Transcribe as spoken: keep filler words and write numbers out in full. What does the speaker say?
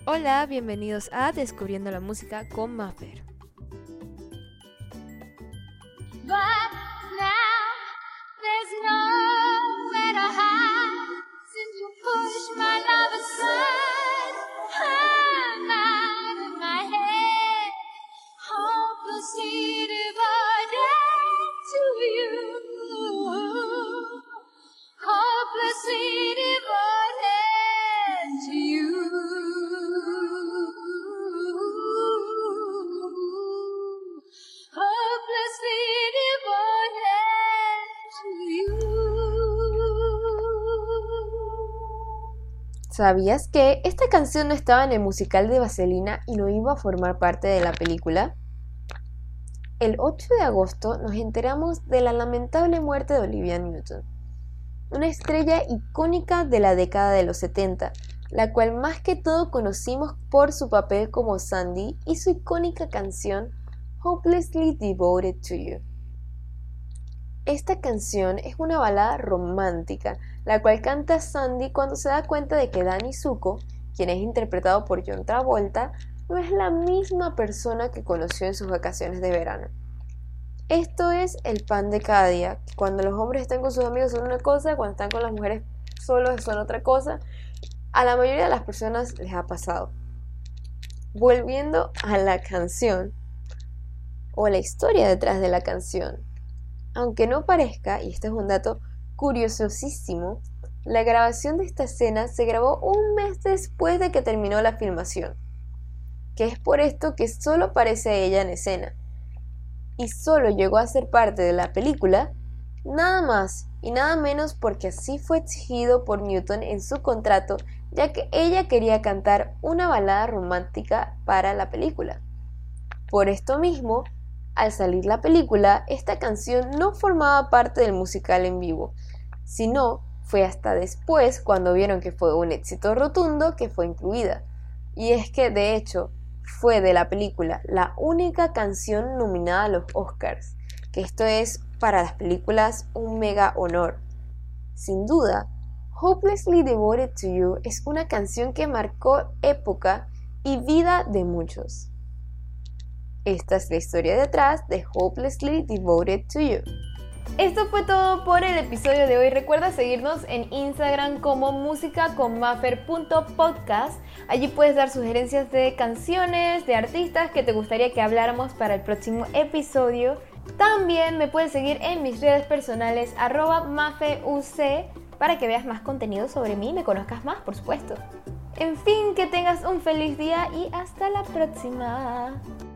Hola, bienvenidos a Descubriendo la Música con Maffer. But now there's nowhere to hide since you pushed my love aside. I'm out of my head, hopelessly devoted to you, hopelessly devoted to you. Hopelessly devoted to you. ¿Sabías que esta canción no estaba en el musical de Vaselina y no iba a formar parte de la película? El ocho de agosto nos enteramos de la lamentable muerte de Olivia Newton, una estrella icónica de la década de los setenta, la cual más que todo conocimos por su papel como Sandy y su icónica canción Hopelessly Devoted to You. Esta canción es una balada romántica, la cual canta Sandy cuando se da cuenta de que Danny Zuko, quien es interpretado por John Travolta, no es la misma persona que conoció en sus vacaciones de verano. Esto es el pan de cada día, que cuando los hombres están con sus amigos son una cosa, cuando están con las mujeres solos son otra cosa. A la mayoría de las personas les ha pasado. Volviendo a la canción, o la historia detrás de la canción. Aunque no parezca, y este es un dato curiosísimo, la grabación de esta escena se grabó un mes después de que terminó la filmación, que es por esto que solo aparece ella en escena, y solo llegó a ser parte de la película, nada más y nada menos porque así fue exigido por Newton en su contrato, ya que ella quería cantar una balada romántica para la película. Por esto mismo, al salir la película, esta canción no formaba parte del musical en vivo, sino fue hasta después, cuando vieron que fue un éxito rotundo, que fue incluida. Y es que, de hecho, fue de la película la única canción nominada a los Oscars, que esto es para las películas un mega honor. Sin duda, Hopelessly Devoted to You es una canción que marcó época y vida de muchos. Esta es la historia detrás de Hopelessly Devoted to You. Esto fue todo por el episodio de hoy. Recuerda seguirnos en Instagram como musicaconmaffer punto podcast. Allí puedes dar sugerencias de canciones, de artistas que te gustaría que habláramos para el próximo episodio. También me puedes seguir en mis redes personales arroba mafeuc para que veas más contenido sobre mí y me conozcas más, por supuesto. En fin, que tengas un feliz día y hasta la próxima.